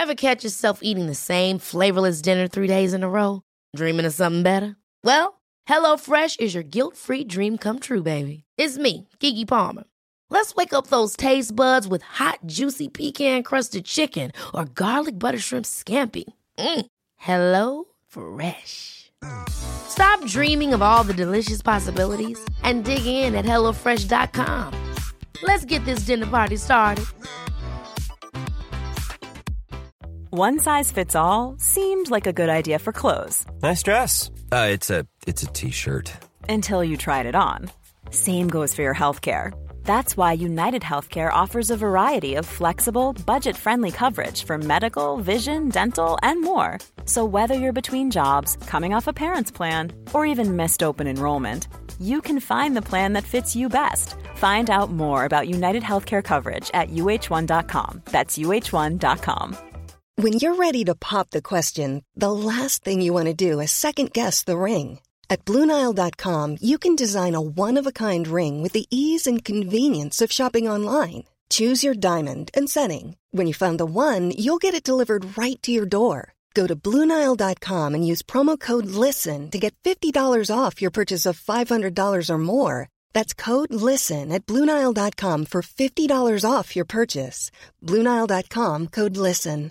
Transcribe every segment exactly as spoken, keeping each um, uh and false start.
Ever catch yourself eating the same flavorless dinner three days in a row? Dreaming of something better? Well, HelloFresh is your guilt-free dream come true, baby. It's me, Keke Palmer. Let's wake up those taste buds with hot, juicy pecan-crusted chicken or garlic butter shrimp scampi. Mm. Hello Fresh. Stop dreaming of all the delicious possibilities and dig in at hello fresh dot com. Let's get this dinner party started. One size fits all seemed like a good idea for clothes. Nice dress. Uh, it's a it's a t-shirt. Until you tried it on. Same goes for your healthcare. That's why United Healthcare offers a variety of flexible, budget-friendly coverage for medical, vision, dental, and more. So whether you're between jobs, coming off a parent's plan, or even missed open enrollment, you can find the plan that fits you best. Find out more about United Healthcare coverage at U H one dot com. That's U H one dot com. When you're ready to pop the question, the last thing you want to do is second-guess the ring. At Blue Nile dot com, you can design a one-of-a-kind ring with the ease and convenience of shopping online. Choose your diamond and setting. When you find the one, you'll get it delivered right to your door. Go to Blue Nile dot com and use promo code LISTEN to get fifty dollars off your purchase of five hundred dollars or more. That's code LISTEN at Blue Nile dot com for fifty dollars off your purchase. Blue Nile dot com, code LISTEN.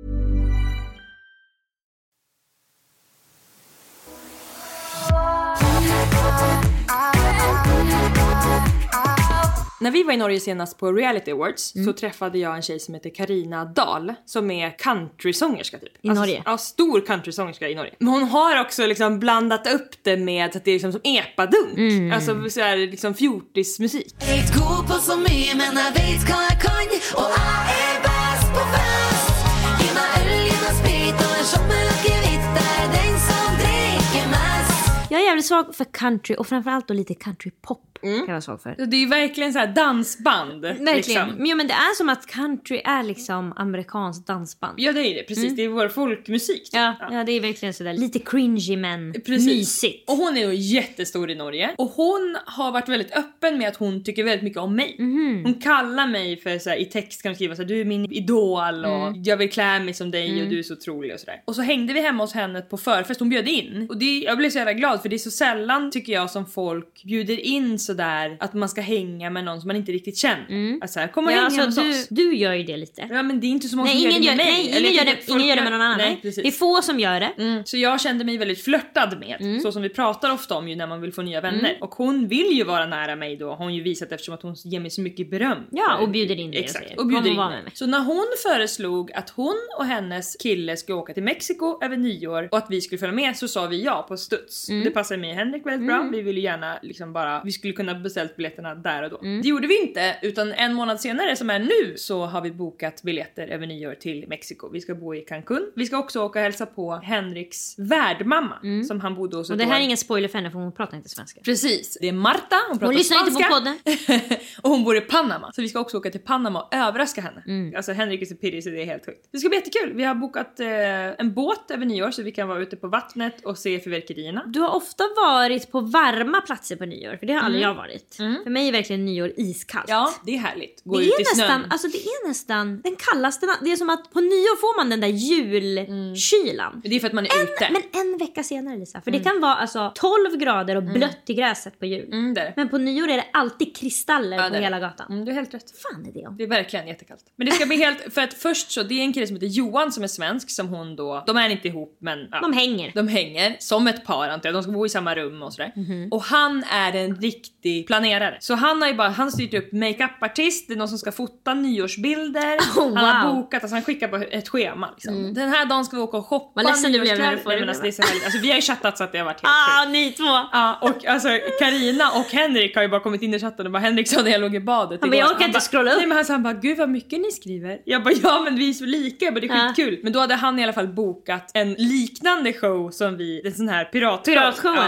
När vi var i Norge senast på Reality Awards mm. så träffade jag en tjej som heter Carina Dahl som är countrysångerska typ. I alltså, Norge? Ja, stor countrysångerska i Norge. Men hon har också liksom blandat upp det med att det är liksom som epadunk. Mm. Alltså så här, liksom fjortismusik. Ett god på så mycket men jag vet vad jag kan och jag är bäst på fest. Ge mig öl, ge mig sprit och en shot med lakrits där den som dricker mest. Jag är jävligt svag för country och framförallt då lite countrypop. Mm. Kan jag vara svag för. Det är ju verkligen så här dansband. Verkligen. Liksom. Men, ja, men det är som att country är liksom amerikansk dansband. Ja, det är det. Precis. Mm. Det är vår folkmusik. Ja, ja. ja, det är verkligen sådär lite cringy men precis. Mysigt. Och hon är ju jättestor i Norge. Och hon har varit väldigt öppen med att hon tycker väldigt mycket om mig. Mm. Hon kallar mig för så här, i text kan hon skriva så här, du är min idol och mm. jag vill klä mig som dig mm. och du är så otrolig och sådär. Och så hängde vi hemma hos henne på förfest. Hon bjöd in. Och det, jag blev så jävla glad för det är så sällan tycker jag som folk bjuder in så där att man ska hänga med någon som man inte riktigt känner. Mm. Alltså här, kom och ja, hänga alltså, hos du, oss. Du gör ju det lite. Ja, men det är inte så många nej, som ingen gör det med gör, mig. Nej, ingen, gör det, ingen gör det med någon annan. Nej, nej. Det är få som gör det. Mm. Så jag kände mig väldigt flörtad med. Mm. Så som vi pratar ofta om ju när man vill få nya vänner. Mm. Och hon vill ju vara nära mig då. Hon har ju visat eftersom att hon ger mig så mycket beröm. Ja, och bjuder in dig. Exakt, och, och bjuder in mig. Så när hon föreslog att hon och hennes kille skulle åka till Mexiko över nyår och att vi skulle följa med så sa vi ja på studs. Mm. Det passar mig och Henrik väldigt bra. Mm. Vi ville gärna liksom bara, vi skulle kunna beställt biljetterna där och då. Mm. Det gjorde vi inte, utan en månad senare som är nu så har vi bokat biljetter över nyår till Mexiko. Vi ska bo i Cancun. Vi ska också åka och hälsa på Henriks värdmamma mm. som han bodde hos. Och det här är ingen spoiler för henne för hon pratar inte svenska. Precis, det är Marta, hon pratar hon lyssnar spanska. Inte på podden. Och hon bor i Panama. Så vi ska också åka till Panama och överraska henne. Mm. Alltså Henrik är så pirrig så det är helt sjukt. Det ska bli jättekul. Vi har bokat eh, en båt över nyår så vi kan vara ute på vattnet och se fyrverkerierna. Du har ofta varit på varma platser på nyår, för det har mm. aldrig jag varit. Mm. För mig är verkligen nyår iskallt. Ja, det är härligt. Gå det ut är i nästan, snön. alltså det är nästan den kallaste. Det är som att på nyår får man den där julkylan. Mm. Det är för att man är en, ute. Men en vecka senare, Lisa. För mm. det kan vara alltså tolv grader och blött mm. i gräset på jul. Mm, det. Men på nyår är det alltid kristaller ja, på hela gatan. Mm, du är helt rätt. Fan är det om? Det är verkligen jättekallt. Men det ska bli helt, för att först så, det är en kille som heter Johan som är svensk som hon då, de är inte ihop men ja, de hänger. De hänger som ett par antar jag. De ska bo i samma rum och sådär. Mm-hmm. Och han är en riktig planerare. Så han har ju bara, han styrt upp make-up-artist, det är någon som ska fota nyårsbilder. Oh, wow. Han har bokat, alltså han skickar på ett schema liksom. Mm. Den här dagen ska vi åka och shoppa. Vad ledsen du blev när du får det. Alltså, det är så härligt. Alltså vi har ju chattat så att det har varit helt ah, sjukt. ni två. Ja, och alltså Carina och Henrik har ju bara kommit in i chatten och bara Henrik sa när jag låg i badet. Han bara, jag kan inte scrolla upp. Nej, men han sa han bara, gud vad mycket ni skriver. Jag bara, ja men vi är så lika, men det är skitkul. Men då hade han i alla fall bokat en liknande show som vi, en sån här piratshow. Piratshowen,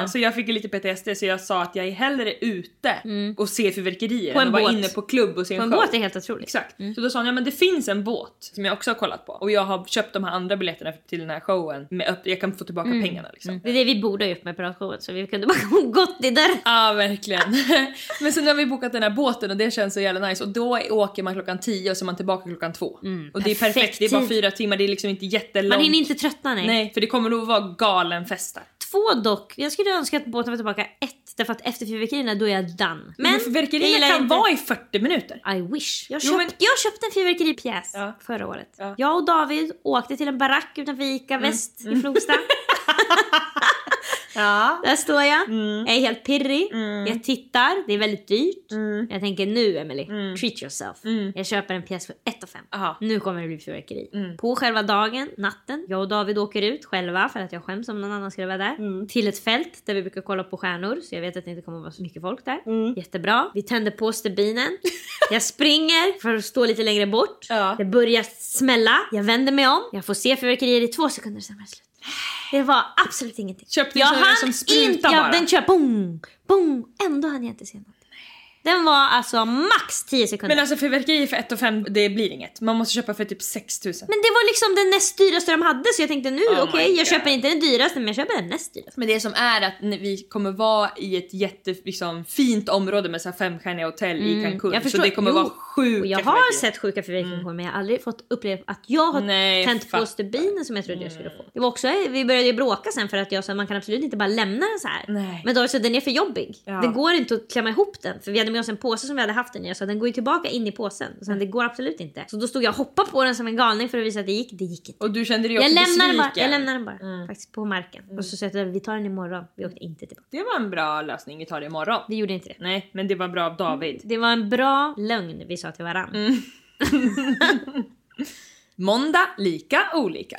Ja, så jag fick ju lite P T S D, så jag sa att jag är hellre ute mm. och ser fyrverkerier på en än båt. vara inne på klubb och se en, på en show. båt är helt otroligt. Exakt. Mm. Så då sa hon, ja men det finns en båt som jag också har kollat på. Och jag har köpt de här andra biljetterna till den här showen. Med, jag kan få tillbaka mm. pengarna liksom. Mm. Det är det vi borde ha gjort med piratshowen, så vi kunde bara gått i där. Ja, verkligen. Men sen har vi bokat den här båten och det känns så jävla nice. Och då åker man klockan tio och så är man tillbaka klockan två. Mm. Och det är perfekt, det är bara fyra timmar, det är liksom inte jättelångt. Man hinner inte tröttna, nej. Nej, för det kommer nog vara galen fest där. Två dock, jag skulle önska att båten var tillbaka ett. Därför att efter fyrverkerierna då är jag done. Men, men fyrverkerierna kan inte vara i fyrtio minuter. I wish. Jag, jo, köpt, men... jag köpte en fyrverkeripjäs ja. förra året. Ja. Jag och David åkte till en barack utanför Ica mm. väst mm. i Flogsta. Ja. Där står jag. Mm. Jag är helt pirrig. Mm. Jag tittar. Det är väldigt dyrt. Mm. Jag tänker nu, Emily, mm. treat yourself. Mm. Jag köper en pjäs för ett och fem. Aha. Nu kommer det bli fyrverkeri. Mm. På själva dagen, natten, jag och David åker ut själva för att jag skäms om någon annan skulle vara där. Mm. Till ett fält där vi brukar kolla på stjärnor. Så jag vet att det inte kommer att vara så mycket folk där. Mm. Jättebra. Vi tänder på stubinen. Jag springer för att stå lite längre bort. Ja. Det börjar smälla. Jag vänder mig om. Jag får se fyrverkerier i två sekunder, sen var det slut. Det var absolut ingenting. Köpte jag han som spruta bara. Ja, den kör boom, boom. Ändå hann jag inte se något. Den var alltså max tio sekunder. Men alltså fyrverkerier för ett och fem, det blir inget. Man måste köpa för typ sex tusen. Men det var liksom den näst dyraste de hade. Så jag tänkte nu, oh okej, okay, jag köper inte den dyraste, men jag köper den näst dyraste. Men det som är att vi kommer vara i ett jätte, liksom, fint område med så här femstjärniga hotell mm. i Cancun. Jag förstår, så det kommer jo. vara sjuka och jag har sett sjuka fyrverkerier mm. men jag har aldrig fått uppleva att jag har Nej, tänt på stubinen som jag trodde mm. jag skulle få. Det var också, vi började bråka sen för att jag sa att man kan absolut inte bara lämna den så här. Nej. Men då så den är för jobbig. Ja. Det går inte att klämma ihop den. För vi hade med oss en påse som vi hade haft den i. Jag sa den går ju tillbaka in i påsen. Och sen det går absolut inte. Så då stod jag och hoppade på den som en galning för att visa att det gick. Det gick inte. Och du kände dig också jag lämnar besviken. den bara, jag lämnar den bara. Mm. Faktiskt på marken. Mm. Och så sa jag att vi tar den imorgon. Vi åkte inte tillbaka. Det var en bra lösning. Vi tar det imorgon. Vi gjorde inte det. Nej, men det var bra av David. Det var en bra lögn vi sa till varandra. Mm. Måndag, lika olika.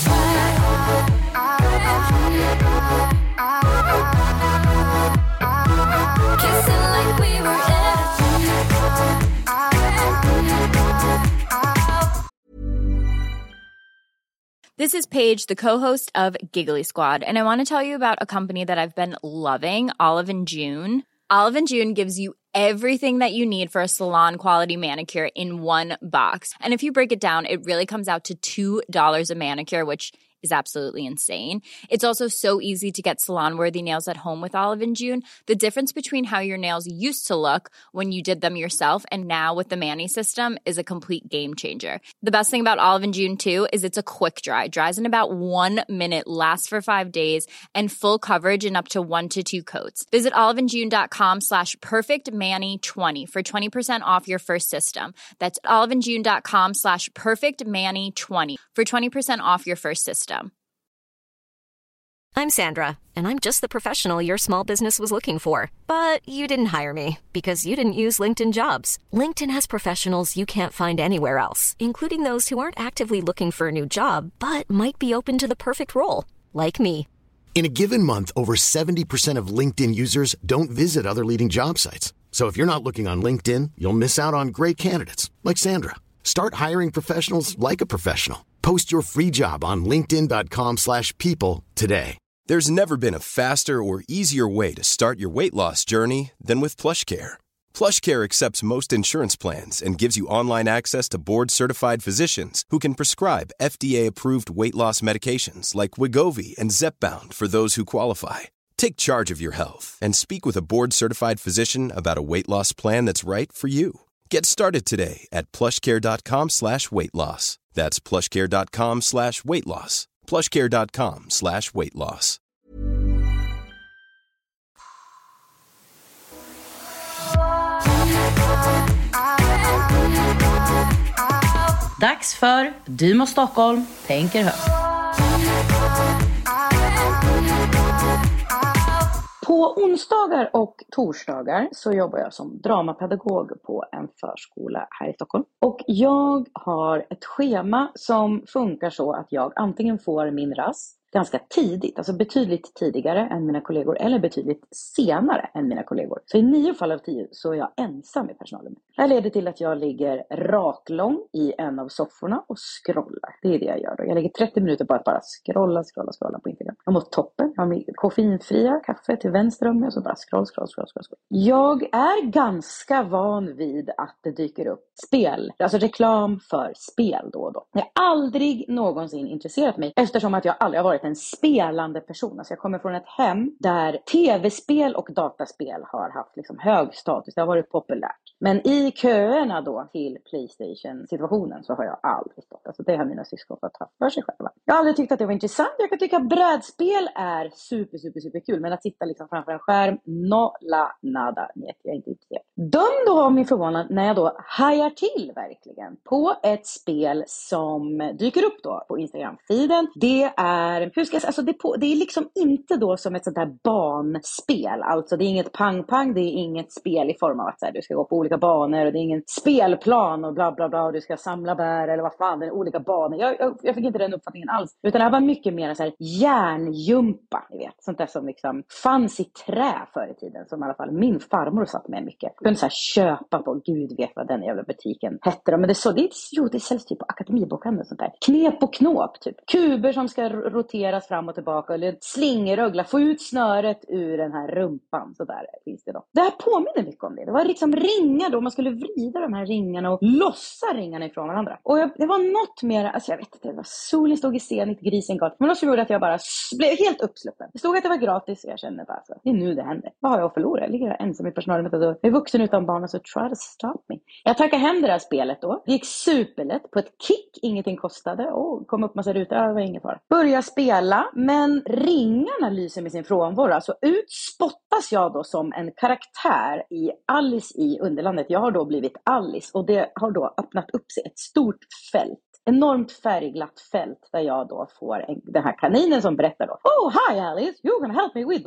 This is Paige, the co-host of Giggly Squad, and I want to tell you about a company that I've been loving, Olive and June. Olive and June gives you everything that you need for a salon-quality manicure in one box. And if you break it down, it really comes out to two dollars a manicure, which is absolutely insane. It's also so easy to get salon-worthy nails at home with Olive and June. The difference between how your nails used to look when you did them yourself and now with the Mani system is a complete game changer. The best thing about Olive and June, too, is it's a quick dry. Dries in about one minute, lasts for five days, and full coverage in up to one to two coats. Visit oliveandjune.com slash perfectmani20 for twenty percent off your first system. That's oliveandjune.com slash perfectmani20 for twenty percent off your first system. I'm Sandra, and I'm just the professional your small business was looking for. But you didn't hire me because you didn't use LinkedIn Jobs. LinkedIn has professionals you can't find anywhere else, including those who aren't actively looking for a new job, but might be open to the perfect role, like me. In a given month, over seventy percent of LinkedIn users don't visit other leading job sites. So if you're not looking on LinkedIn, you'll miss out on great candidates, like Sandra. Start hiring professionals like a professional. Post your free job on linkedin.com slash people today. There's never been a faster or easier way to start your weight loss journey than with PlushCare. PlushCare accepts most insurance plans and gives you online access to board-certified physicians who can prescribe F D A-approved weight loss medications like Wegovy and Zepbound for those who qualify. Take charge of your health and speak with a board-certified physician about a weight loss plan that's right for you. Get started today at plushcare.com slash weight loss. That's plushcare.com slash weight loss. plushcare.com slash weight loss. Dags för Dymo Stockholm tänker högt. På onsdagar och torsdagar så jobbar jag som dramapedagog på en förskola här i Stockholm. Och jag har ett schema som funkar så att jag antingen får min rast ganska tidigt, alltså betydligt tidigare än mina kollegor eller betydligt senare än mina kollegor. Så i nio fall av tio så är jag ensam i personalen. Det här leder till att jag ligger raklång i en av sofforna och scrollar. Det är det jag gör då. Jag lägger trettio minuter på att bara scrolla, scrolla, scrolla på Instagram. Jag mår toppen. Jag har min koffeinfria kaffe till vänster om mig och så bara scroll, scroll, scroll, scroll, scroll. Jag är ganska van vid att det dyker upp spel, alltså reklam för spel då och då. Jag har aldrig någonsin intresserat mig eftersom att jag aldrig har varit en spelande person. Alltså jag kommer från ett hem där tv-spel och dataspel har haft liksom hög status. Det har varit populärt. Men i köerna då till PlayStation-situationen så har jag aldrig stått. Alltså det har mina syskon fått ha för sig själva. Jag har aldrig tyckt att det var intressant. Jag kan tycka att brädspel är super, super, super kul. Men att sitta liksom framför en skärm, no la nada. Nej, jag är inte intresserad. Döm då av min förvånad när jag då hajar till verkligen på ett spel som dyker upp då på Instagram-feeden. Det är, hur ska jag säga, alltså det, på, det är liksom inte då som ett sånt där barnspel. Alltså det är inget pang-pang, det är inget spel i form av att så här, du ska gå på olika banor och det är ingen spelplan och bla bla bla och du ska samla bär eller vad fan, det är olika banor. Jag, jag, jag fick inte den uppfattningen alls. Utan det här var mycket mer så här järnjumpa, ni vet. Sånt där som liksom fanns i trä förr i tiden, som i alla fall min farmor satt med mycket. Jag kunde så här köpa på, gud vet vad den jävla butiken hette. Men det så, det, jo, det säljs typ på Akademibokhandeln och sånt där. Knep och knåp typ. Kuber som ska roteras fram och tillbaka eller slingerögla, få ut snöret ur den här rumpan, så där finns det då. Det här påminner mycket om det. Det var liksom ringar då, man skulle vrida de här ringarna och lossa ringarna ifrån varandra. Och jag, det var något mer, alltså jag vet inte, det var solen stod i zenit, grisen galt. Men då så gjorde det att jag bara blev helt uppsluppen. Det stod att det var gratis och jag kände bara så, det är nu det händer. Vad har jag att förlora? Jag ligger ensam i personalen, jag är vuxen utan barn, så try to stop me. Jag tackade hem det där spelet då. Det gick superlätt på ett kick, ingenting kostade och kom upp massa rutor, det var inget fara. Börja spela, men ringarna lyser med sin frånvaro. Alltså ut spottas jag då som en karaktär i Alice i Underlandet. Jag har då blivit Alice och det har då öppnat upp sig ett stort fält. Enormt färgglatt fält där jag då får en, den här kaninen som berättar då: Oh, hi Alice, you're gonna help me with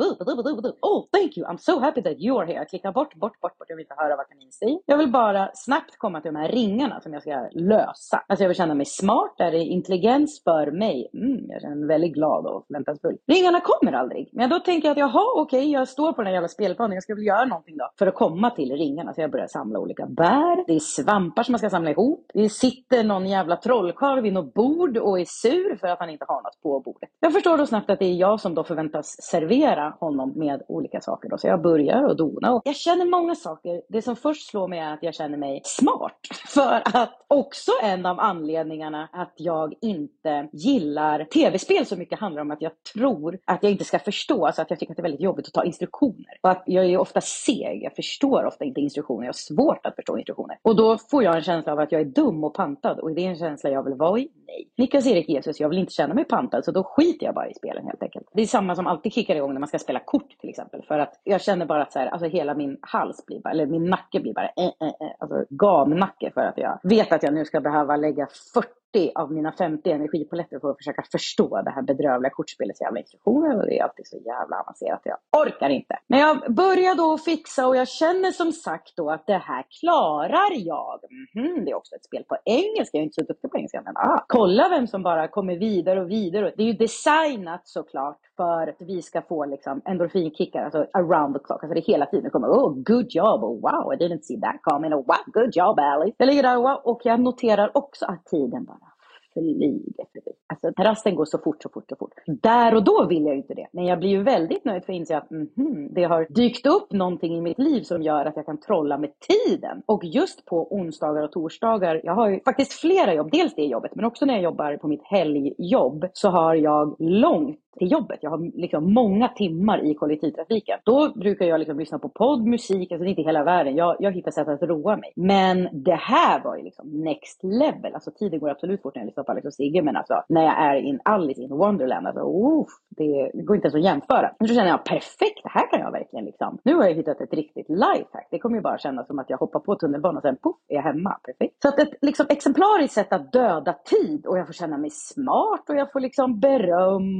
oh, thank you, I'm so happy that you're here. Jag klickar bort, bort, bort, bort, jag vill inte höra vad kaninen säger. Jag vill bara snabbt komma till de här ringarna som jag ska lösa. Alltså jag vill känna mig smart, där det är intelligens för mig. Mm, jag känner mig väldigt glad och förväntansfull. Ringarna kommer aldrig, men då tänker jag att jaha, okej, okay, jag står på den här jävla spelplanen, jag ska väl göra någonting då för att komma till ringarna. Så jag börjar samla olika bär, det är svampar som man ska samla ihop, det sitter någon jävla troll Karl vid något bord och är sur för att han inte har något på bordet. Jag förstår då snabbt att det är jag som då förväntas servera honom med olika saker då. Så jag börjar och dona och jag känner många saker. Det som först slår mig är att jag känner mig smart. För att också en av anledningarna att jag inte gillar tv-spel så mycket handlar om att jag tror att jag inte ska förstå. Alltså att jag tycker att det är väldigt jobbigt att ta instruktioner. Och att jag är ofta seg. Jag förstår ofta inte instruktioner. Jag har svårt att förstå instruktioner. Och då får jag en känsla av att jag är dum och pantad. Och det är en känsla jag vill vara i. Nej. Niklas Erik Jesus, jag vill inte känna mig pantad, så då skiter jag bara i spelen helt enkelt. Det är samma som alltid kickar igång när man ska spela kort till exempel. För att jag känner bara att så här, alltså hela min hals blir bara, eller min nacke blir bara äh, äh, äh, alltså gamnacke, för att jag vet att jag nu ska behöva lägga fyrtio av mina femtio energipoletter för att försöka förstå det här bedrövliga kortspelets jävla instruktioner, och det är alltid så jävla avancerat, jag orkar inte. Men jag börjar då fixa och jag känner som sagt då att det här klarar jag. Mm-hmm, det är också ett spel på engelska, jag är inte så duktig på engelska, men ah, kolla vem som bara kommer vidare och vidare. Det är ju designat såklart för att vi ska få liksom endorfinkickar, alltså around the clock, alltså det hela tiden kommer, oh good job, oh, wow, I didn't see that coming, oh wow, good job Alice. Jag ligger där wow, och jag noterar också att tiden bara flyger förbi. Alltså rasten går så fort, så fort, så fort. Där och då vill jag ju inte det. Men jag blir ju väldigt nöjd för att inse att mm-hmm, det har dykt upp någonting i mitt liv som gör att jag kan trolla med tiden. Och just på onsdagar och torsdagar, jag har ju faktiskt flera jobb. Dels det jobbet, men också när jag jobbar på mitt helgjobb så har jag långt till jobbet. Jag har liksom många timmar i kollektivtrafiken. Då brukar jag liksom lyssna på podd, musik, alltså det är inte hela världen. Jag, jag hittar sätt att roa mig. Men det här var ju liksom next level. Alltså tiden går absolut fort när jag lyssnar på Alex och Sigge, men alltså när jag är in Alice in Wonderland, alltså oh, det går inte ens att jämföra. Men så känner jag, perfekt, det här kan jag verkligen liksom. Nu har jag hittat ett riktigt lifehack. Det kommer ju bara kännas som att jag hoppar på tunnelbanan och sen puff, är jag hemma. Perfekt. Så att ett liksom exemplariskt sätt att döda tid, och jag får känna mig smart och jag får liksom beröm och ja,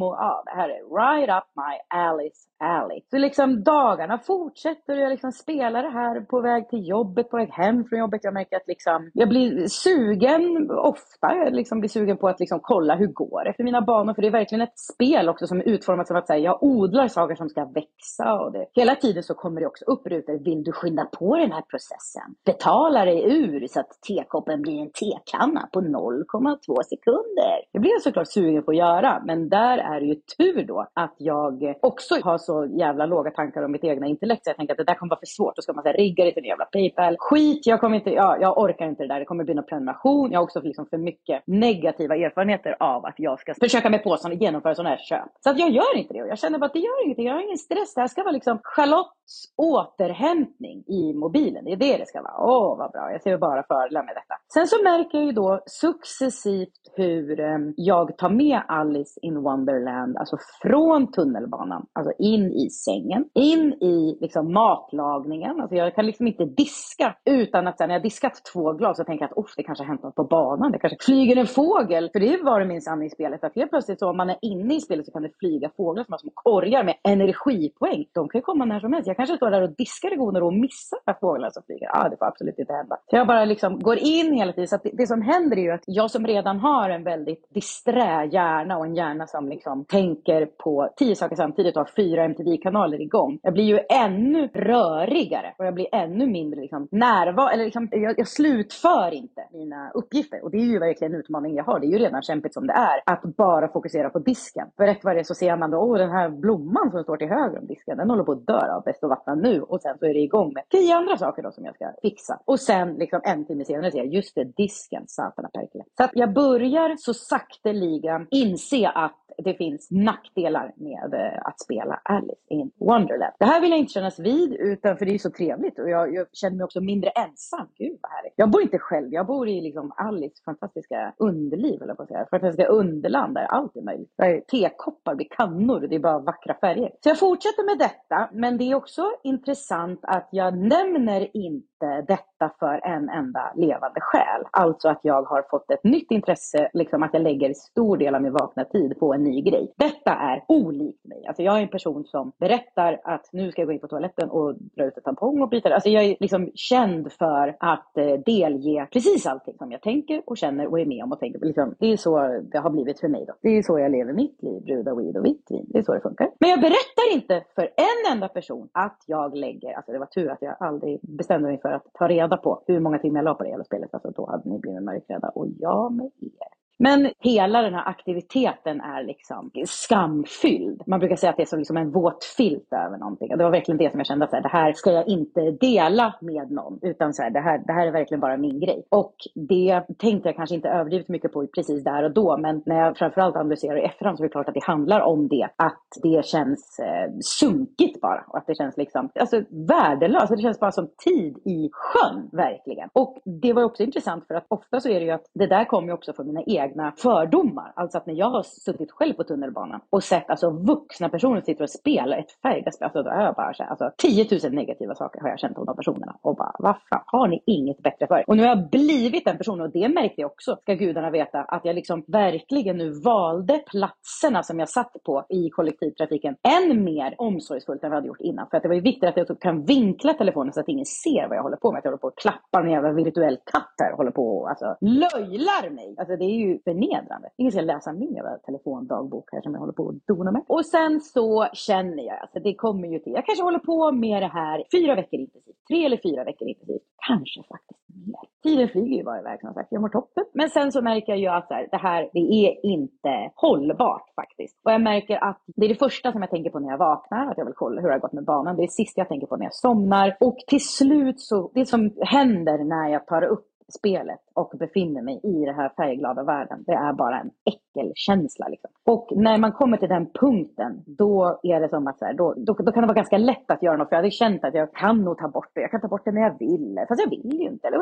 det här är right up my Alice alley. Så liksom dagarna fortsätter och jag liksom spelar det här på väg till jobbet, på väg hem från jobbet. Jag märker att liksom, jag blir sugen ofta, jag liksom blir sugen på att liksom kolla hur går det för mina banor. För det är verkligen ett spel också som är utformat som att säga, jag odlar saker som ska växa. Och det. Hela tiden så kommer det också upp rutor, vill du skynda på den här processen? Betala dig ur så att tekoppen blir en tekanna på noll komma två sekunder. Det blir jag såklart sugen på att göra. Men där är det ju tur då att jag också har så jävla låga tankar om mitt egna intellekt. Så jag tänker att det där kommer vara för svårt. Då ska man säga, rigga det till en jävla PayPal. Skit, jag kommer inte, ja, jag orkar inte det där. Det kommer bli någon prenumeration. Jag har också liksom för mycket negativa erfarenheter av att jag ska försöka mig på sådana, genomföra sådana här köp. Så att jag gör inte det. Och jag känner bara att det gör ingenting. Jag har ingen stress. Det här ska vara liksom Charlottes återhämtning i mobilen. Det är det det ska vara. Åh, vad bra. Jag ser bara fördelar med detta. Sen så märker jag ju då successivt hur eh, jag tar med Alice in Wonderland, alltså från tunnelbanan, alltså in i sängen, in i liksom matlagningen. Alltså jag kan liksom inte diska utan att när jag diskat två glas så tänker jag att oh, det kanske har hänt något på banan. Det kanske flyger en fågel. För det var det minsann i spelet. Att helt plötsligt så om man är inne i spelet så kan det flyga fåglar som har som korgar med energipoäng. De kan ju komma när som helst. Jag kanske står där och diskar det goda och missar de här fåglarna som flyger. Ja, ah, det får absolut inte hända. Så jag bara liksom går in hela tiden. Så att det, det som händer är ju att jag som redan har en väldigt disträ hjärna och en hjärna som liksom tänker på tio saker samtidigt och har fyra M T V-kanaler igång. Jag blir ju ännu rörigare och jag blir ännu mindre liksom närvar eller liksom, jag, jag slutför inte mina uppgifter. Och det är ju verkligen en utmaning jag har. Det är ju redan kämpigt som det är att bara fokusera på disken. För rätt vad det är så ser man då, åh den här blomman som står till höger om disken, den håller på att dö av bäst att vattna nu. Och sen så är det igång med tio andra saker då som jag ska fixa. Och sen liksom en timme senare ser jag, just det, disken, satana perkele. Så att jag börjar så sakteliga inse att det finns nackdelar med att spela Alice in Wonderland. Det här vill jag inte kännas vid, utan för det är så trevligt. Och jag, jag känner mig också mindre ensam. Gud vad härligt. Jag bor inte själv. Jag bor i liksom Alice fantastiska underliv, eller på att säga. Fantastiska underland där allt är möjligt. Där är tekoppar vid kannor. Det är bara vackra färger. Så jag fortsätter med detta. Men det är också intressant att jag nämner inte detta för en enda levande själ. Alltså att jag har fått ett nytt intresse. Liksom att jag lägger stor del av min vakna tid på en ny grej. Detta är olikt mig. Alltså jag är en person som berättar att nu ska jag gå in på toaletten och dra ut ett tampong och byta. Alltså jag är liksom känd för att eh, delge precis allting som jag tänker och känner och är med om och tänker. Liksom, det är så det har blivit för mig då. Det är så jag lever mitt liv. Brudar, weed och vitt vin. Det är så det funkar. Men jag berättar inte för en enda person att jag lägger, alltså det var tur att jag aldrig bestämde mig för att ta reda på hur många timmar jag la på det hela spelet. Alltså då hade ni blivit mörkrädda och jag med er. Men hela den här aktiviteten är liksom skamfylld. Man brukar säga att det är som liksom en våt filt över någonting. Och det var verkligen det som jag kände att så här, det här ska jag inte dela med någon. Utan så här, det, här, det här är verkligen bara min grej. Och det tänkte jag kanske inte överdrivet mycket på precis där och då. Men när jag framförallt analyserar i efterhand så är det klart att det handlar om det. Att det känns eh, sunkigt bara. Och att det känns liksom, alltså värdelöst. Alltså det känns bara som tid i sjön, verkligen. Och det var också intressant för att ofta så är det ju att det där kommer ju också från mina egna fördomar. Alltså att när jag har suttit själv på tunnelbanan och sett alltså vuxna personer sitter och spelar ett färgspel, alltså då har jag bara alltså tio tusen negativa saker har jag känt om de personerna och bara, vad fan, har ni inget bättre för er? Och nu har jag blivit den personen och det märkte jag också, ska gudarna veta, att jag liksom verkligen nu valde platserna som jag satt på i kollektivtrafiken än mer omsorgsfullt än vad jag hade gjort innan. För att det var ju viktigt att jag kan vinkla telefonen så att ingen ser vad jag håller på med. Att jag håller på att klappa en jävla virtuell katt här och håller på och alltså löjlar mig. Alltså det är ju förnedrande. Ingen ska läsa min jävla telefondagbok här som jag håller på att dona med. Och sen så känner jag, alltså det kommer ju till, jag kanske håller på med det här fyra veckor intensivt. Tre eller fyra veckor intensivt. Kanske faktiskt mer. Tiden flyger ju bara iväg som sagt. Jag mår toppen. Men sen så märker jag ju att så här, det här, det är inte hållbart faktiskt. Och jag märker att det är det första som jag tänker på när jag vaknar. Att jag vill kolla hur det har gått med banan. Det är det sista jag tänker på när jag somnar. Och till slut så, det som händer när jag tar upp spelet och befinner mig i det här färgglada världen, det är bara en äckelkänsla liksom. Och när man kommer till den punkten, då är det som att så här, då, då, då kan det vara ganska lätt att göra något, för jag hade känt att jag kan nog ta bort det, jag kan ta bort det när jag vill, fast jag vill ju inte.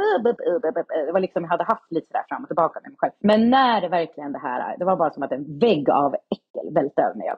Det var liksom, jag hade haft lite sådär fram och tillbaka med mig själv. Men när det verkligen det här, det var bara som att en vägg av äckel välte över mig. Jag bara,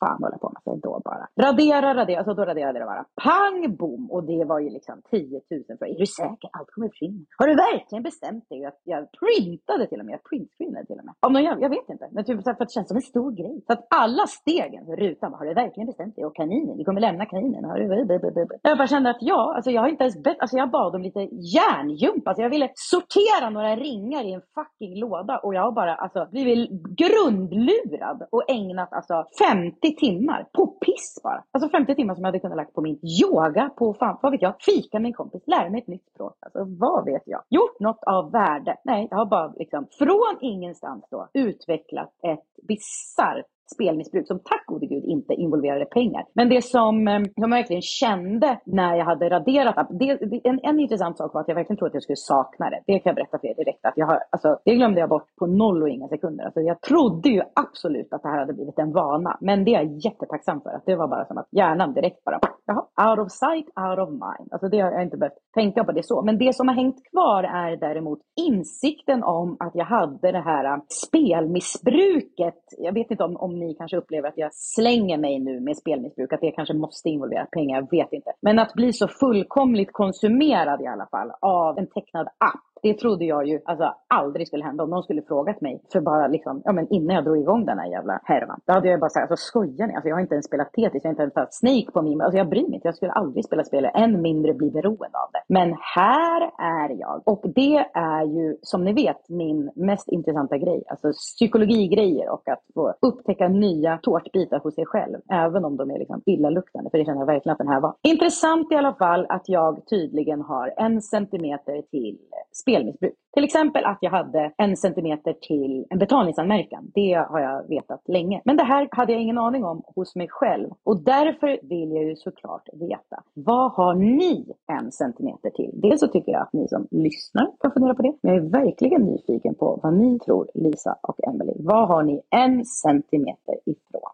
fan hålla på med sig då bara. Radera, radera, alltså då raderade det bara. Pang, boom! Och det var ju liksom tio tusen för. Är du säker? Allt kommer försvinna. Har du verkligen bestämt dig? Jag, jag printade till och med, jag printscreenade till och med. Om någon, jag, jag vet inte, men typ för att det känns som en stor grej. Så att alla stegen för rutan, har du verkligen bestämt dig? Och kaninen, du kommer lämna kaninen. Har du... Jag bara kände att ja, alltså jag har inte ens bett, alltså jag bad om lite järnjump. Alltså jag ville sortera några ringar i en fucking låda. Och jag har bara alltså blivit grundlurad och ägnat alltså femtio timmar på piss bara. Alltså femtio timmar som jag hade kunnat lagt på min yoga, på fan, vad vet jag, fika med min kompis, lära mig ett nytt språk. Alltså vad vet jag? Gjort något av värde. Nej, jag har bara liksom från ingenstans då utvecklat ett bizarrt spelmissbruk som tack gode gud inte involverade pengar. Men det som, som jag verkligen kände när jag hade raderat det, det, en, en intressant sak var att jag verkligen trodde att jag skulle sakna det. Det kan jag berätta för er direkt. Att jag har, alltså, det glömde jag bort på noll och inga sekunder. Alltså, jag trodde ju absolut att det här hade blivit en vana. Men det är jag jättetacksam för. Att det var bara som att hjärnan direkt bara, jaha, out of sight, out of mind. Alltså det har jag inte behövt tänka på det så. Men det som har hängt kvar är däremot insikten om att jag hade det här spelmissbruket. Jag vet inte om, om ni kanske upplever att jag slänger mig nu med spelmissbruk, att det kanske måste involvera pengar, jag vet inte. Men att bli så fullkomligt konsumerad i alla fall av en tecknad app, det trodde jag ju alltså aldrig skulle hända. Om någon skulle frågat mig för bara liksom, ja men innan jag drog igång den här jävla härvan. Då hade jag bara sagt, alltså skojar ni? Alltså jag har inte ens spelat Tetris, jag har inte ens haft Snake på min, alltså jag bryr mig inte, jag skulle aldrig spela spel, än mindre bli beroende av det. Men här är jag. Och det är ju, som ni vet, min mest intressanta grej. Alltså psykologigrejer och att få upptäcka nya tårtbitar hos sig själv. Även om de är liksom illaluktande, för det känner jag verkligen att den här var. Intressant i alla fall att jag tydligen har en centimeter till spelmissbruk. Till exempel att jag hade en centimeter till en betalningsanmärkan. Det har jag vetat länge. Men det här hade jag ingen aning om hos mig själv. Och därför vill jag ju såklart veta. Vad har ni en centimeter till? Dels så tycker jag att ni som lyssnar kan fundera på det. Men jag är verkligen nyfiken på vad ni tror, Lisa och Emily. Vad har ni en centimeter ifrån?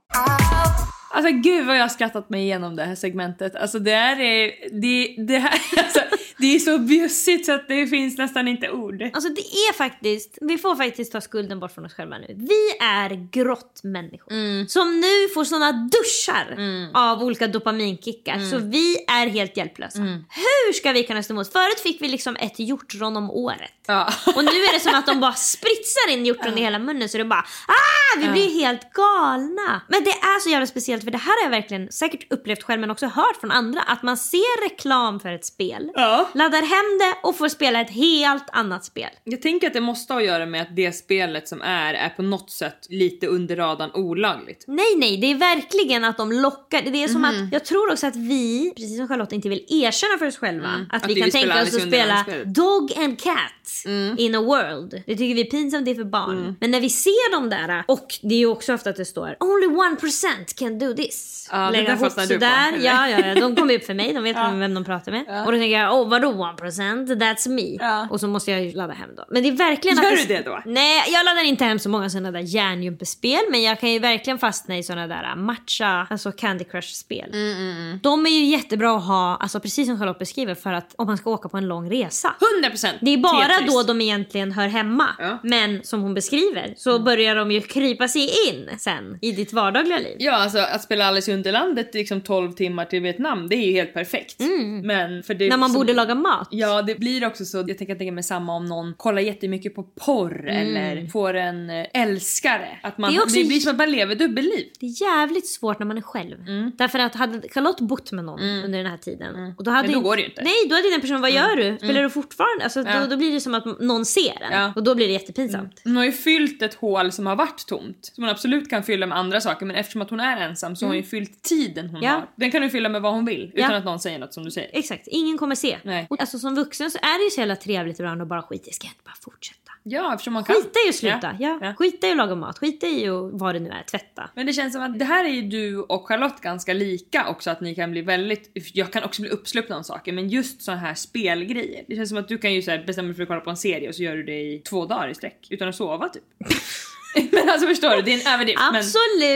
Alltså gud vad jag har skrattat mig igenom det här segmentet. Alltså det här är det, det här alltså, det är så bjussigt så att det finns nästan inte ord. Alltså det är faktiskt, vi får faktiskt ta skulden bort från oss själva nu. Vi är grottmänniskor mm. som nu får såna duschar mm. av olika dopaminkickar mm. så vi är helt hjälplösa. Mm. Hur ska vi kunna stå emot? Förut fick vi liksom ett hjortron om året. Ja. Och nu är det som att de bara spritsar in hjortron ja. i hela munnen så det bara ah, vi ja. blir helt galna. Men det är så jävla speciellt, för det här har jag verkligen säkert upplevt själv men också hört från andra, att man ser reklam för ett spel, ja. laddar hem det och får spela ett helt annat spel. Jag tänker att det måste ha att göra med att det spelet som är är på något sätt lite under radarn olagligt. Nej, nej, det är verkligen att de lockar. Det är som mm. att, jag tror också att vi, precis som Charlotte, inte vill erkänna för oss själva mm. att, att vi kan tänka oss att spela Dog and Cat mm. in a world. Det tycker vi är pinsamt, det är för barn. Mm. Men när vi ser dem där, och det är ju också ofta att det står only one percent can do this. Ja, det där fastnar du på. Ja, ja, ja, de kommer upp för mig, de vet ja. vem de pratar med. Ja. Och då tänker jag, åh, vadå one percent? That's me. Ja. Och så måste jag ju ladda hem då. Men det är verkligen Gör att du det då? Nej, jag laddar inte hem så många sådana där järnjumpespel, men jag kan ju verkligen fastna i sådana där matcha, alltså Candy Crush-spel. Mm, mm. De är ju jättebra att ha, alltså precis som Charlotte beskriver, för att om man ska åka på en lång resa. hundra procent. Det är bara Tetris. Då de egentligen hör hemma. Ja. Men som hon beskriver så mm. börjar de ju krypa sig in sen i ditt vardagliga liv. Ja, alltså att spela Alice i Underlandet liksom tolv timmar till Vietnam, det är ju helt perfekt. Mm. Men för det när man som, borde laga mat. Ja, det blir också så, jag tänker tänka mig samma om någon kollar jättemycket på porr mm. eller får en älskare. Att man, det, det blir som att man lever dubbelliv. Det är jävligt svårt när man är själv. Mm. Därför att hade Charlotte bott med någon mm. under den här tiden. Mm. Och då hade men då går det ju inte. Nej, då hade den personen, vad gör du? Spelar mm. du fortfarande? Alltså, ja. då, då blir det som att någon ser den. Ja. Och då blir det jättepinsamt. Mm. Hon har ju fyllt ett hål som har varit tomt. Som hon absolut kan fylla med andra saker. Men eftersom att hon är ensam så mm. har hon ju fyllt tiden hon ja. har. Den kan du fylla med vad hon vill. Utan ja. att någon säger något som du säger. Exakt, ingen kommer se. Nej. Och alltså som vuxen så är det ju så jävla trevligt ibland att bara skita i. Ska jag inte bara fortsätta? Ja, eftersom man kan. Skita i att sluta, ja. Ja. ja. Skita i att laga mat, skita i att vad det nu är, tvätta. Men det känns som att det här är ju du och Charlotte ganska lika också, att ni kan bli väldigt, jag kan också bli uppslupna om saker, men just så här spelgrejer. Det känns som att du kan ju så här bestämma dig för att kolla på en serie och så gör du det i två dagar i sträck utan att sova typ. Men alltså förstår du, det är en överdrift. Absolut.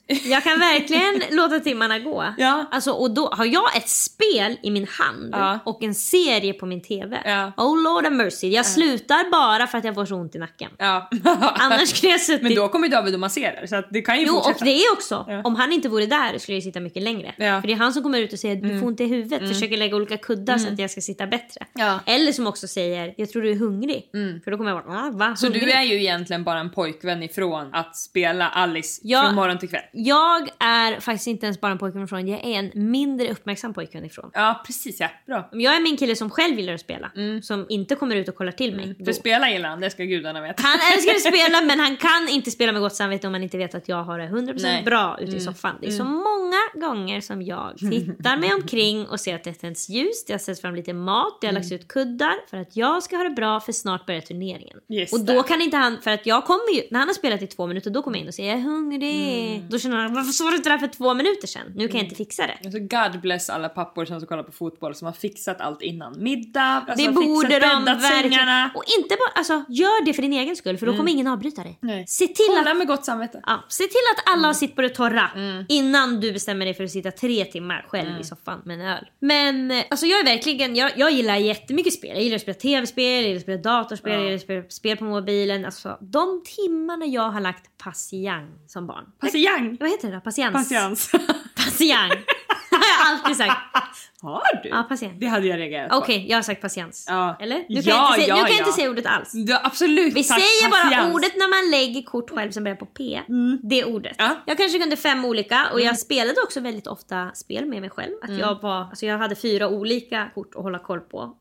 Jag kan verkligen låta timmarna gå. Ja. Alltså, och då har jag ett spel i min hand ja. och en serie på min tv. Ja. Oh Lord have mercy. Jag ja. slutar bara för att jag får så ont i nacken. Ja. Annars skulle jag suttit... Men då kommer ju David och masserar, så att det kan ju jo, fortsätta. Och det är också, ja. om han inte vore där skulle jag sitta mycket längre. Ja. För det är han som kommer ut och säger du mm. får inte i huvudet. Mm. Försöker lägga olika kuddar mm. så att jag ska sitta bättre. Ja. Eller som också säger, jag tror du är hungrig. Mm. För då kommer jag bara, va? Så hungrig? du är ju egentligen bara en pojkvän ifrån att spela Alice jag, från morgon till kväll. Jag är faktiskt inte ens bara en pojkvän ifrån. Jag är en mindre uppmärksam pojkvän ifrån. Ja, precis, ja. Bra. Jag är min kille som själv gillar att spela. Mm. Som inte kommer ut och kollar till mig. Mm. För spela gillar han, det ska gudarna veta. Han älskar att spela, men han kan inte spela med gott samvete om man inte vet att jag har det hundra procent Nej. bra ute mm. i soffan. Det är mm. så många gånger som jag tittar mig omkring och ser att det tänds ljus. Det har sett fram lite mat, det har mm. lagts ut kuddar för att jag ska ha det bra, för snart börjar turneringen. Just och då det. Kan inte han, för att jag kommer ju, när han har spelat i två minuter, då kommer jag in och säger jag är hungrig. Mm. Då känner han, varför sa du inte det här för två minuter sedan? Nu kan mm. jag inte fixa det. Alltså God bless alla pappor som ska kolla på fotboll som har fixat allt innan middag. Alltså det borde de verkligen. Och inte bara, alltså gör det för din egen skull, för då kommer mm. ingen avbryta dig. Nej. Se till kolla att, med gott samvete. Ja, se till att alla mm. har sitt på det torra mm. innan du bestämmer dig för att sitta tre timmar själv mm. i soffan med en öl. Men alltså jag är verkligen, jag, jag gillar jättemycket spel. Jag gillar att spela tv-spel, jag gillar att spela datorspel, ja. jag gillar att spela spel på mobilen. Alltså de timmarna jag har lagt patiens som barn. Patiens? Vad heter det då? Patiens. Patiens. Patiens. har jag alltid sagt. Har du? Ja, patient. Det hade jag reagerat på. Okej, okay, jag har sagt patiens. Ja. Eller? Nu ja, kan jag inte, säga, ja, nu kan jag ja. inte säga ordet alls. Du har absolut Vi sagt säger patiens. bara ordet när man lägger kort själv som börjar på P. Mm. Det ordet. Ja. Jag kanske kunde fem olika. Och mm. jag spelade också väldigt ofta spel med mig själv. Att mm. jag var, alltså jag hade fyra olika kort att hålla koll på.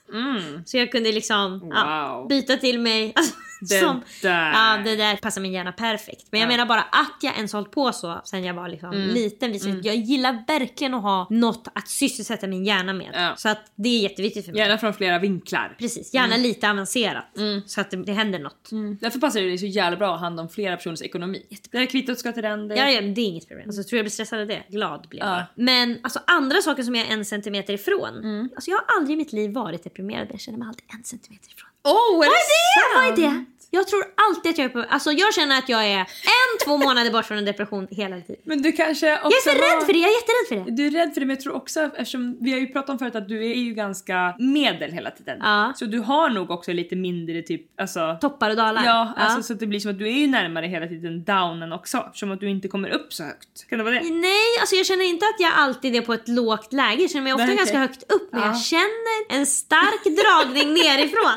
Mm. Så jag kunde liksom wow. ja, byta till mig alltså, det som, där. Ja, det där passar min hjärna perfekt. Men jag ja. menar bara att jag ens hållit på så sen jag var liksom mm. liten. Mm. Jag gillar verkligen att ha något att sysselsätta min hjärna med. Ja. Så att det är jätteviktigt för mig. Gärna från flera vinklar. Precis, gärna mm. lite avancerat. Mm. Så att det, det händer något. Mm. Därför passar det så jävla bra att ha hand om flera personers ekonomi. Det här kvittot ska till den. Det... Ja, ja, det är inget problem. Alltså, tror jag blir stressad av det. Glad blir jag ja. Men alltså, andra saker som jag är en centimeter ifrån. Mm. Alltså, jag har aldrig i mitt liv varit deprimerad. Jag känner mig alltid en centimeter ifrån. Oh, vad är det? Vad är det? Jag tror alltid att jag är på... Alltså jag känner att jag är en, två månader bort från en depression hela tiden. Men du kanske också... Jag är så var... rädd för det, jag är jätterädd för det. Du är rädd för det, men jag tror också... Eftersom vi har ju pratat om förut att du är ju ganska medel hela tiden. Ja. Så du har nog också lite mindre typ... Alltså, toppar och dalar. Ja, ja. Alltså, så att det blir som att du är ju närmare hela tiden downen också. Eftersom att du inte kommer upp så högt. Kan det vara det? Nej, alltså jag känner inte att jag alltid är på ett lågt läge. Jag känner mig ofta Nej, ganska okay. högt upp. Men ja. jag känner en stark dragning nerifrån.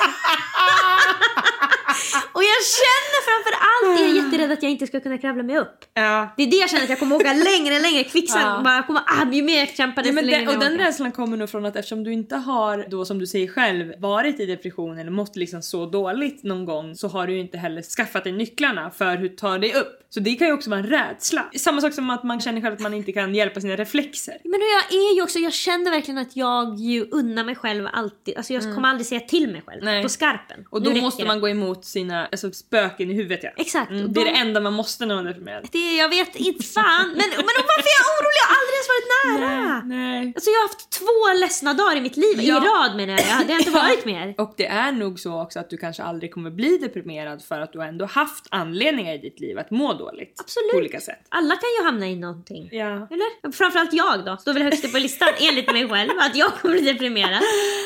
Och jag känner framför allt, jag är jätterädd att jag inte ska kunna kravla mig upp. Ja. Det är det jag känner, att jag kommer åka längre, längre kvicksand. Ja. Bara kommer, ah, ju mer jag kämpar desto längre. Och den rädslan kommer nog från att eftersom du inte har, då som du säger själv, varit i depression eller mått liksom så dåligt någon gång, så har du ju inte heller skaffat dig nycklarna för hur tar dig upp. Så det kan ju också vara en rädsla. Samma sak som att man känner själv att man inte kan hjälpa sina reflexer. Men jag är ju också, jag känner verkligen att jag ju unnar mig själv alltid. Alltså jag mm. kommer aldrig säga till mig själv. Nej. På skarpen. Och då måste man gå emot sina alltså, spöken i huvudet. Ja. Exakt. Mm, det är det enda man måste när man är deprimerad. Det, jag vet inte fan. Men, men varför är jag orolig? Jag har aldrig ens varit nära. Nej, nej. Alltså jag har haft två ledsna dagar i mitt liv. Ja. I rad menar jag. Det har inte varit mer. Och det är nog så också att du kanske aldrig kommer bli deprimerad för att du har ändå haft anledningar i ditt liv att må dåligt. Absolut. På olika sätt. Alla kan ju hamna i någonting. Ja. Eller? Framförallt jag då. Står väl högst upp på listan enligt mig själv. Att jag kommer bli deprimerad.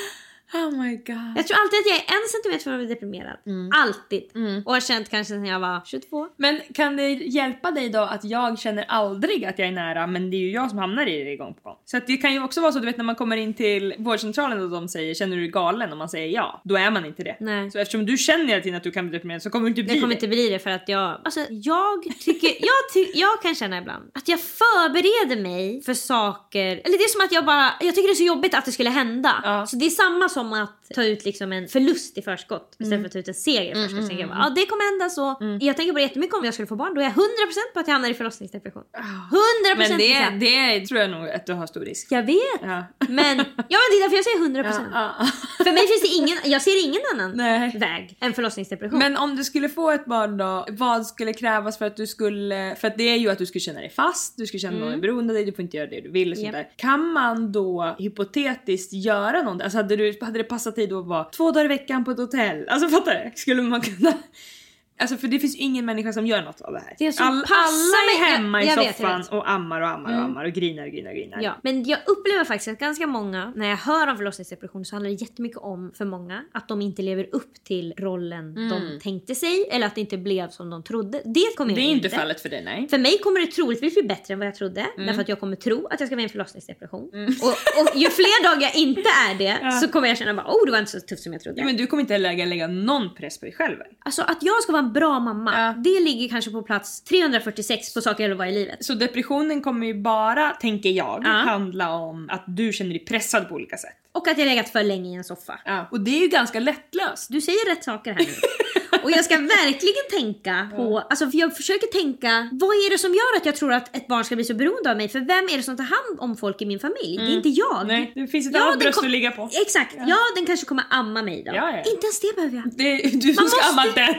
Oh my god. Jag tror alltid att jag är en centimeter från att bli deprimerad. Mm. Alltid. Mm. Och har känt kanske sedan jag var tjugotvå. Men kan det hjälpa dig då att jag känner aldrig att jag är nära, men det är ju jag som hamnar i det gång på gång. Så att det kan ju också vara så, du vet när man kommer in till vårdcentralen och de säger, känner du dig galen? Och man säger ja, då är man inte det. Nej. Så eftersom du känner hela tiden att du kan bli deprimerad så kommer du inte bli det. Det kommer inte bli det för att jag, alltså jag tycker, jag, ty, jag kan känna ibland att jag förbereder mig för saker. Eller det är som att jag bara, jag tycker det är så jobbigt att det skulle hända. Ja. Så det är samma som att ta ut liksom en förlust i förskott istället mm. för att ta ut en seger i förskott. Mm, mm, mm. Ja, det kommer hända så. Mm. Jag tänker på det jättemycket om jag skulle få barn. Då är jag hundra procent på att jag hamnar i förlossningsdepression. hundra procent. Men det, det tror jag nog att du har stor risk. Jag vet. Ja. Men, ja, men det är därför jag säger hundra procent. Ja, ja. För mig finns det ingen, jag ser ingen annan Nej. väg än förlossningsdepression. Men om du skulle få ett barn då, vad skulle krävas för att du skulle, för att det är ju att du skulle känna dig fast, du skulle känna mm. någon är beroende av dig, du får inte göra det du vill och sånt yep. där. Kan man då hypotetiskt göra något? Alltså hade, du, hade det passat dig då att vara två dagar i veckan på ett hotell? Alltså fattar du? Skulle man kunna Alltså för det finns ingen människa som gör något av det här. Det är som All, alla passar är mig- hemma jag- jag i vet, jag soffan vet. och ammar och ammar Mm. och ammar och grinar och grinar och grinar. Ja, men jag upplever faktiskt att ganska många, när jag hör om förlossningsdepression så handlar det jättemycket om för många att de inte lever upp till rollen Mm. de tänkte sig eller att det inte blev som de trodde. Det kommer Det jag är inte fallet för dig, nej. För mig kommer det troligtvis bli bättre än vad jag trodde. Mm. Därför att jag kommer tro att jag ska vara i en förlossningsdepression. Och, och ju fler dagar jag inte är det Ja. så kommer jag känna bara, oh det var inte så tufft som jag trodde. Ja, men du kommer inte lägga, lägga någon press på dig själv. Alltså att jag ska vara en bra mamma, det ligger kanske på plats trehundrafyrtiosex på saker jag vill vara i livet. Så depressionen kommer ju bara, tänker jag, Ja. handla om att du känner dig pressad på olika sätt. Och att jag legat för länge i en soffa. Ja. Och det är ju ganska lättlöst. Du säger rätt saker här nu. Och jag ska verkligen tänka på, alltså för jag försöker tänka, vad är det som gör att jag tror att ett barn ska bli så beroende av mig? För vem är det som tar hand om folk i min familj? Det är Mm. inte jag. Nej, det finns ett Ja, annat den bröst kom- att ligga på. Exakt, ja. den kanske kommer amma mig då. Ja, ja. Inte ens det behöver jag. Det är du som Man ska måste- amma den.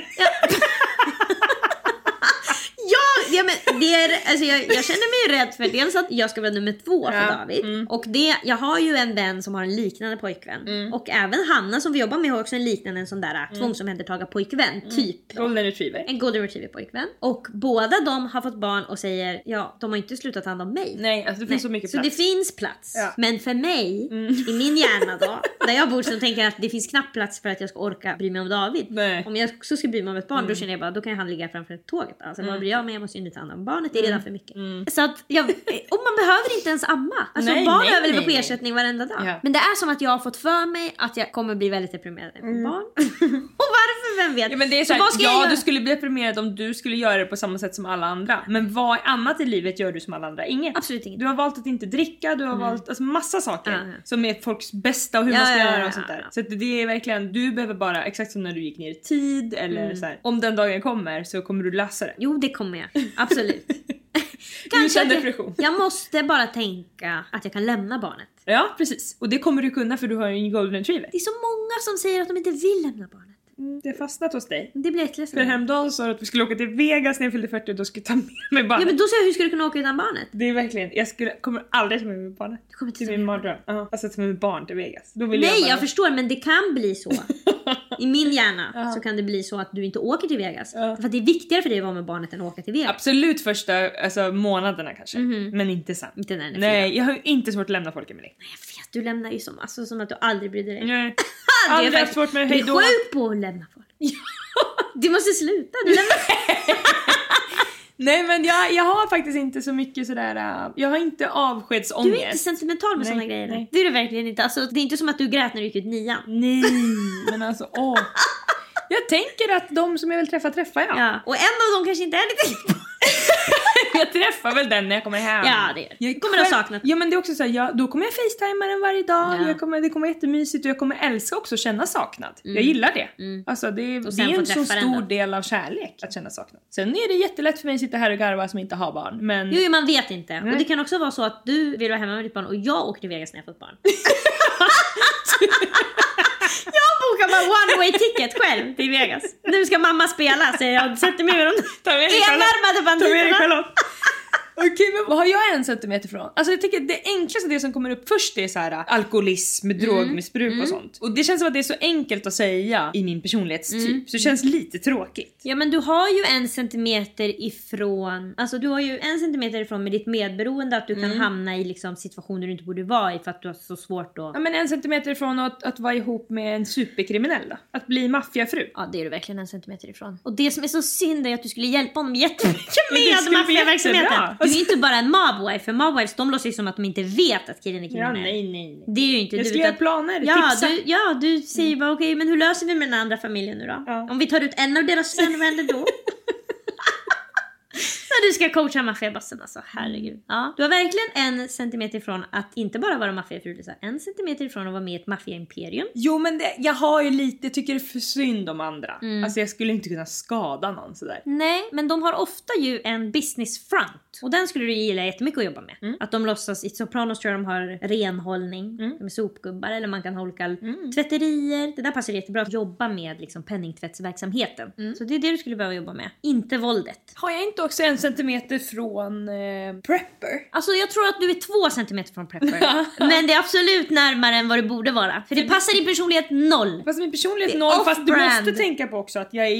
Ja, ja men det är, alltså jag, jag känner mig rädd för dels att jag ska vara nummer två för Ja. David. Mm. Och det, jag har ju en vän som har en liknande pojkvän. Mm. Och även Hanna som vi jobbar med har också en liknande en sån där mm. tvångsomhändertaga pojkvän, typ. Golden retriever. En golden retriever pojkvän. Och båda de har fått barn och säger, ja de har inte slutat hand om mig. Nej, alltså det finns så mycket Så plats. det finns plats. Ja. Men för mig, i min hjärna då, där jag bor så tänker jag att det finns knappt plats för att jag ska orka bry mig om David. Nej. Om jag också ska bry mig om ett barn Mm. då känner jag bara, då kan han ligga framför tåget. Alltså Mm. vad blir jag med? Jag måste ju inte ta hand om barnet, det är redan Mm. för mycket. Mm. Så att jag, och man behöver inte ens amma. Alltså Nej, barn nej, överlever nej, på nej. ersättning varenda dag. Ja. Men det är som att jag har fått för mig att jag kommer bli väldigt deprimerad på Mm. barn. Och varför, vem vet? Ja, men det är så så här, vad ska jag ja, göra? du skulle bli deprimerad om du skulle göra det på samma sätt som alla andra. Men vad annat i livet gör du som alla andra? Inget. Absolut inget. Du har valt att inte dricka, du har valt alltså, massa saker Ja, ja. som är folks bästa och hur Ja, man ska ja, göra ja, och sånt där. ja. Så att det är verkligen, du behöver bara, exakt som när du gick ner i tid eller Mm. så här, om den dagen kommer så kommer du lösa det. Jo, det kommer jag. Absolut. Du Kanske känner att depression. jag, jag måste bara tänka att jag kan lämna barnet. Ja, precis. Och det kommer du kunna för du har ju en golden retriever. Det är så många som säger att de inte vill lämna barnet. Mm, det är fastnat hos dig. Det blir jätteledsen. För häromdagen sa du att vi skulle åka till Vegas när jag fyllde fyrtio och då skulle jag ta med mig barnet. Ja men då säger jag, hur ska du kunna åka utan barnet? Det är verkligen, jag skulle, kommer aldrig ta med mig barnet. Du kommer inte Till ta min med mardröm. Ja, alltså ta med mig barn till Vegas. Då vill Nej jag, bara... jag förstår, men det kan bli så. I min hjärna Ja. så kan det bli så att du inte åker till Vegas. Ja. För att det är viktigare för dig att vara med barnet än att åka till Vegas. Absolut första alltså, månaderna kanske. Mhm. Men inte sen. Inte när den är Nej, fyra. jag har ju inte svårt att lämna folk, Emelie. Jag vet, du lämnar ju som, alltså, som att du aldrig brydde dig. Nej. Du är Aldrig haft faktiskt- svårt med Du är hejdå. sjuk på att lämna folk. Du måste sluta, du lämnar. Nej men jag, jag har faktiskt inte så mycket sådär, äh, jag har inte avskedsångest. Du är inte sentimental med Nej, såna grejer. nej. Det är du verkligen inte. Alltså, det är inte som att du grät när du gick ut nian. Nej, men alltså åh. Jag tänker att de som jag vill träffa träffar jag. Ja. Och en av dem kanske inte är lite på. Jag träffar väl den när jag kommer hem. Ja, det är det. Jag Kommer du ha saknat? Ja men det är också så här, jag, då kommer jag facetimea den varje dag. Ja. Jag kommer, det kommer vara jättemysigt och jag kommer älska också att känna saknad. Mm. Jag gillar det. Mm. Alltså det, Och det sen är få en så träffa den stor då. del av kärlek att känna saknad. Sen är det jättelätt för mig att sitta här och garva som inte har barn. Men Jo, man vet inte. Nej. Och det kan också vara så att du vill vara hemma med ditt barn och jag åker till Vegas när jag fått barn. Jag bokar bara one way ticket själv till Vegas. Nu ska mamma spela så jag sätter mig med de Ta med dig Charlotte. enarmade Ta med dig banditerna. Charlotte. Okej, men vad har jag en centimeter från? Alltså jag tycker att det enklaste, det som kommer upp först, det är så här alkoholism, drogmissbruk Mm. och sånt. Och det känns som att det är så enkelt att säga i min personlighetstyp. Mm. Så det känns lite tråkigt. Ja men du har ju en centimeter ifrån, alltså du har ju en centimeter ifrån med ditt medberoende att du kan Mm. hamna i liksom situationer du inte borde vara i för att du har så svårt att... Ja men en centimeter ifrån att, att vara ihop med en superkriminell då. Att bli maffiafru. Ja det är du verkligen en centimeter ifrån. Och det som är så synd är att du skulle hjälpa honom jättemycket Men det med skulle bli maffiaverksamheten. jättebra. Du är inte bara en mobwife, för mobwives de låtsas ju som att de inte vet att killen är Ja kriminell. nej nej. Det är ju inte Jag du. ska utan- göra planer, ja, tipsa. du, ja, du säger bara okej, men hur löser vi med den andra familjen nu då? Ja. Om vi tar ut en av deras söner, vad händer då? När du ska coacha maffiabossen alltså, herregud. Ja, du har verkligen en centimeter ifrån att inte bara vara maffiafru, en centimeter ifrån att vara med i ett maffiaimperium. Jo men det, jag har ju lite, jag tycker det är för synd om andra. Mm. Alltså jag skulle inte kunna skada någon sådär. Nej, men de har ofta ju en business front. Och den skulle du gilla jättemycket att jobba med. Mm. Att de låtsas, i Sopranos tror jag de har renhållning. Mm. De är sopgubbar eller man kan holka Mm. tvätterier. Det där passar jättebra att jobba med liksom penningtvättsverksamheten. Mm. Så det är det du skulle behöva jobba med. Inte våldet. Har jag inte också en centimeter från eh, prepper? Alltså jag tror att du är två centimeter från prepper. Men det är absolut närmare än vad det borde vara. För det passar din personlighet noll. Fast min personlighet Det är noll, fast du off-brand. måste tänka på också att jag är jätte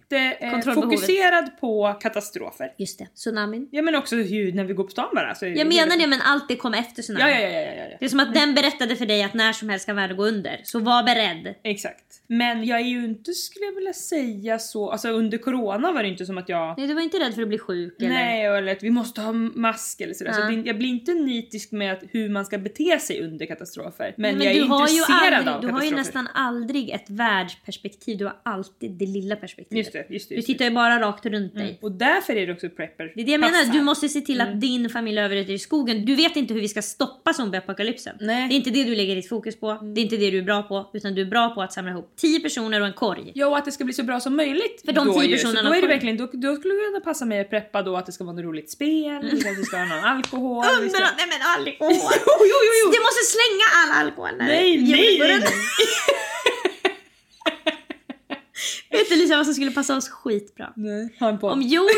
jättefokuserad eh, på katastrofer. Just det, tsunamin. Ja, men också hur, när vi går på stan bara. Så jag menar det, men allt det kom efter tsunamin. Ja, ja, ja, ja, ja. Det är som att den berättade för dig att när som helst kan världen gå under. Så var beredd. Exakt. Men jag är ju inte, skulle jag vilja säga så. Alltså under corona var det inte som att jag... Nej, du var inte rädd för att bli sjuk eller? Nej, eller att vi måste ha mask eller sådär. Ja. Så det, jag blir inte nitisk med att hur man ska bete sig under katastrofer. Men, men jag är du har intresserad ju aldrig, av katastrofer. Du har ju nästan aldrig ett världsperspektiv. Du har alltid det lilla perspektivet. Just det, just det, just du tittar ju bara rakt runt dig. Mm. Och därför är det också prepper. Det är det jag menar. Passar. Du måste se till att Mm. din familj överlever i skogen. Du vet inte hur vi ska stoppa zombieapokalypsen. Nej. Det är inte det du lägger ditt fokus på. Det är inte det du är bra på. Utan du är bra på att samla ihop tio personer och en korg. Ja, och att det ska bli så bra som möjligt. För de då tio ju. personerna Så då är det korg. verkligen, då, då skulle det passa mig att preppa då att det ska vara något roligt spel. Mm. Att vi ska ha någon alkohol. Under, ska... nej men alkohol. jo, jo, jo, jo. Du måste slänga all alkohol. När Nej, nej, nej, nej. Vet du Lisa vad som skulle passa oss skitbra? Nej, ha en podd. Om jorden...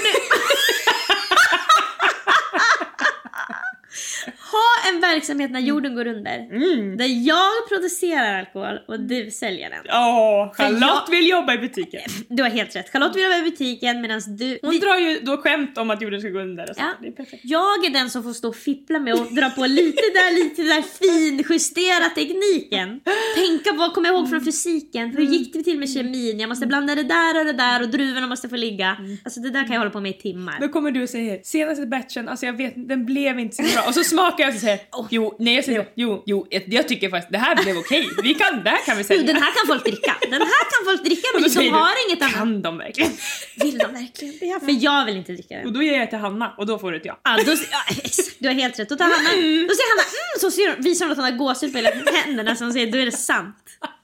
Ha en verksamhet när jorden går under. Mm. Där jag producerar alkohol och du säljer den. Åh, Charlotte jag... vill jobba i butiken. Du har helt rätt. Charlotte vill jobba i butiken medan du... Hon Vi... drar ju då skämt om att jorden ska gå under. Och så. Ja. Det är perfekt. Jag är den som får stå och fippla med och dra på lite där, lite där, finjustera tekniken. Tänka, vad kommer jag ihåg från fysiken? Hur gick det till med kemin? Jag måste blanda det där och det där och druvorna måste få ligga. Alltså det där kan jag hålla på med i timmar. Då kommer du och säger, senaste batchen, alltså jag vet, den blev inte så bra. Och så smakar jag och säger, oh, jo, nej jag säger, jo, jo, jag, jag tycker faktiskt, det här blev okej. Vi kan, det här kan vi säga. Jo, den här kan folk dricka. Den här kan folk dricka, vi som har du, inget annat. Kan de verkligen? Vill de verkligen? Ja, för jag vill inte dricka den. Och då ger jag till Hanna, och då får du ett ja. Ja, då, ja du har helt rätt. Då tar Hanna, då säger Hanna, mm, så ser hon, visar hon att hon har gåshud på hela händerna som säger, då är det sant.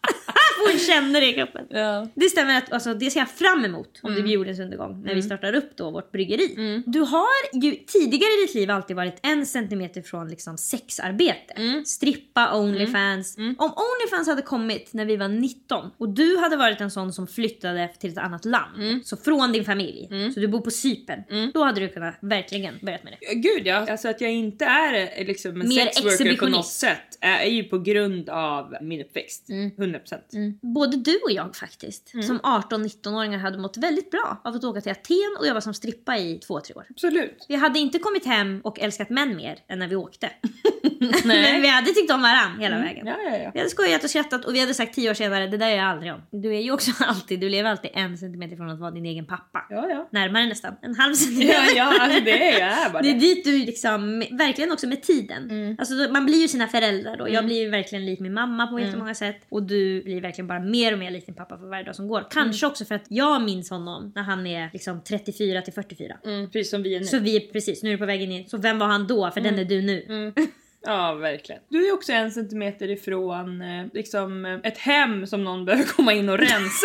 Hon känner det i kroppen. Ja. Det stämmer att alltså, det ser jag fram emot om Mm. det blir jordens undergång när mm. vi startar upp då vårt bryggeri. Mm. Du har ju tidigare i ditt liv alltid varit en centimeter från liksom sexarbete. Mm. Strippa, Onlyfans. Mm. Om Onlyfans hade kommit när vi var nitton och du hade varit en sån som flyttade till ett annat land, mm. så från din familj, mm. så du bor på Cypern, mm. då hade du kunnat verkligen börjat med det. Gud ja, alltså att jag inte är liksom en mer sexworker på något sätt är ju på grund av min uppväxt. Mm. hundra procent. Mm. Både du och jag faktiskt, mm. som arton-nitton-åringar hade mått väldigt bra av att åka till Aten och jobba som strippa i två, tre år. Absolut. Vi hade inte kommit hem och älskat män mer än när vi åkte. Men vi hade tyckt om varann hela mm. vägen. Ja, ja, ja. Vi hade skojat och skrattat och vi hade sagt tio år senare, det där är jag aldrig om. Du är ju också alltid, du lever alltid en centimeter från att vara din egen pappa. Ja, ja. Närmare nästan, en halv centimeter. Ja, ja, alltså det är jag bara. Det är dit du liksom, verkligen också med tiden. Mm. Alltså man blir ju sina föräldrar då. Jag Mm. blir ju verkligen lik min mamma på jättemånga mm. sätt. Och du blir verkligen bara mer och mer lik din pappa för varje dag som går. Kanske mm. också för att jag minns honom när han är liksom trettiofyra till fyrtiofyra. Mm. Precis som vi är nu. Så vi är precis, nu är du på vägen in. Så vem var han då? För mm. den är du nu. Mm. Ja, verkligen. Du är också en centimeter ifrån eh, liksom eh, ett hem som någon behöver komma in och rensa.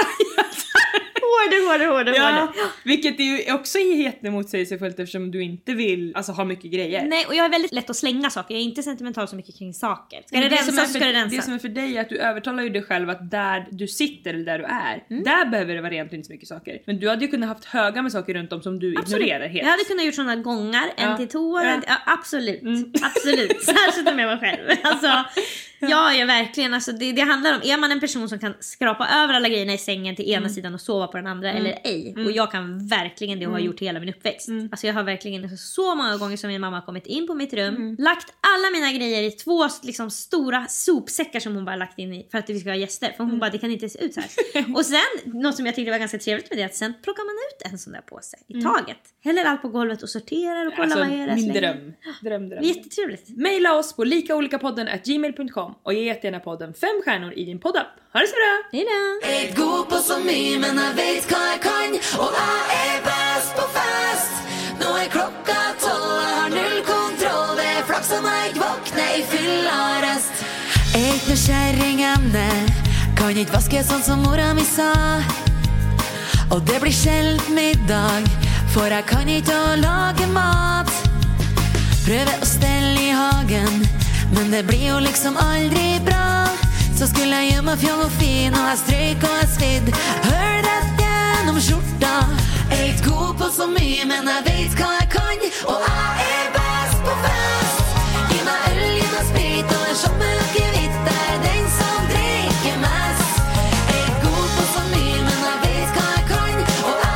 Hårde, hårde, hårde, ja, hårde. Vilket är ju också jättemotsägelsefullt eftersom du inte vill alltså ha mycket grejer. Nej, och jag är väldigt lätt att slänga saker. Jag är inte sentimental så mycket kring saker. Ska det, det rensa så ska det rensa. Det som är för dig är att du övertalar ju dig själv att där du sitter eller där du är, mm. där behöver det vara rent och inte så mycket saker. Men du hade ju kunnat haft höga med saker runt om som du absolut. ignorerar helt. Jag hade kunnat gjort sådana gångar, en ja. till toa, ja. en till, ja, absolut. Mm. Absolut. Särskilt om jag var själv. Alltså, jag är verkligen, alltså, det, det handlar om, är man en person som kan skrapa över alla grejerna i sängen till ena mm. sidan och sova på den andra mm. eller ej. Mm. Och jag kan verkligen det och har gjort hela min uppväxt. Mm. Alltså jag har verkligen alltså, så många gånger som min mamma har kommit in på mitt rum, mm. lagt alla mina grejer i två liksom, stora sopsäckar som hon bara lagt in i för att vi ska ha gäster. För hon mm. bara, det kan inte se ut så här. Och sen, något som jag tyckte var ganska trevligt med det, att sen plockar man ut en sån där påse i mm. taget. Häller allt på golvet och sorterar och kollar alltså, vad är det. Min dröm. dröm, dröm. Jättetrevligt. Maila oss på likaolikapodden at gmail punkt com och ge jättegärna podden fem stjärnor i din poddapp. Ha det så bra! Hejdå! Jeg er god på så mye, men jeg vet hva jeg kan. Og jeg er best på fest. Nå er klokka tolv, jeg har null kontroll. Det er flaks som jeg ikke våkner i fyllarest. Jeg er ikke noe kjerringemne, kan ikke vaske sånn som mora mi sa. Og det blir sjelden middag, for jeg kan ikke å lage mat. Prøver å stelle i hagen, men det blir jo liksom aldri bra. Så skulle jeg gjøre meg fjong og fin, og jeg strøyk og jeg svidd hør rett gjennom skjorta. Jeg er ikke god på så mye, men jeg vet hva jeg kan. Og jeg er best på fest. Gi meg øl, gi meg sprit og en shot med akevitt. Det er den som drikker mest. Jeg er ikke god på så mye, men jeg vet hva jeg kan. Og jeg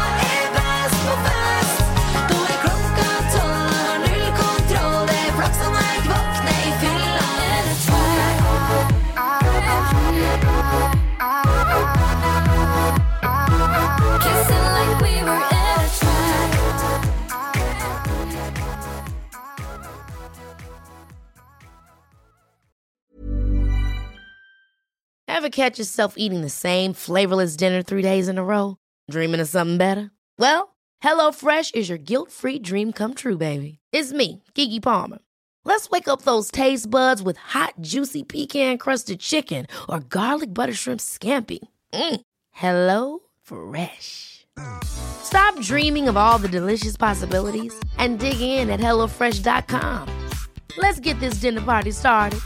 Ever catch yourself eating the same flavorless dinner three days in a row? Dreaming of something better? Well, HelloFresh is your guilt-free dream come true, baby. It's me, Keke Palmer. Let's wake up those taste buds with hot, juicy pecan-crusted chicken or garlic butter shrimp scampi. Mm. Hello Fresh. Stop dreaming of all the delicious possibilities and dig in at hello fresh dot com. Let's get this dinner party started.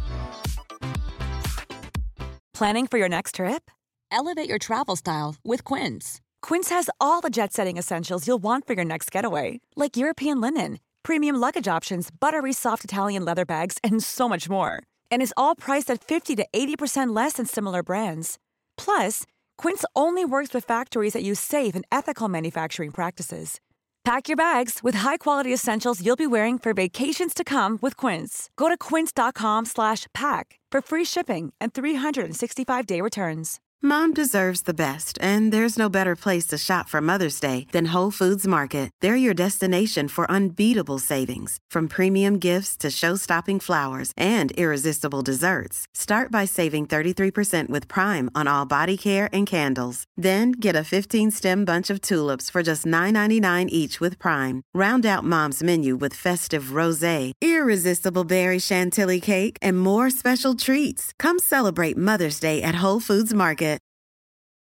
Planning for your next trip? Elevate your travel style with Quince. Quince has all the jet-setting essentials you'll want for your next getaway, like European linen, premium luggage options, buttery soft Italian leather bags, and so much more. And is all priced at fifty to eighty percent less than similar brands. Plus, Quince only works with factories that use safe and ethical manufacturing practices. Pack your bags with high-quality essentials you'll be wearing for vacations to come with Quince. Go to quince.com slash pack for free shipping and three sixty-five day returns. Mom deserves the best, and there's no better place to shop for Mother's Day than Whole Foods Market. They're your destination for unbeatable savings, from premium gifts to show-stopping flowers and irresistible desserts. Start by saving thirty-three percent with Prime on all body care and candles. Then get a fifteen-stem bunch of tulips for just nine ninety-nine each with Prime. Round out Mom's menu with festive rosé, irresistible berry chantilly cake, and more special treats. Come celebrate Mother's Day at Whole Foods Market.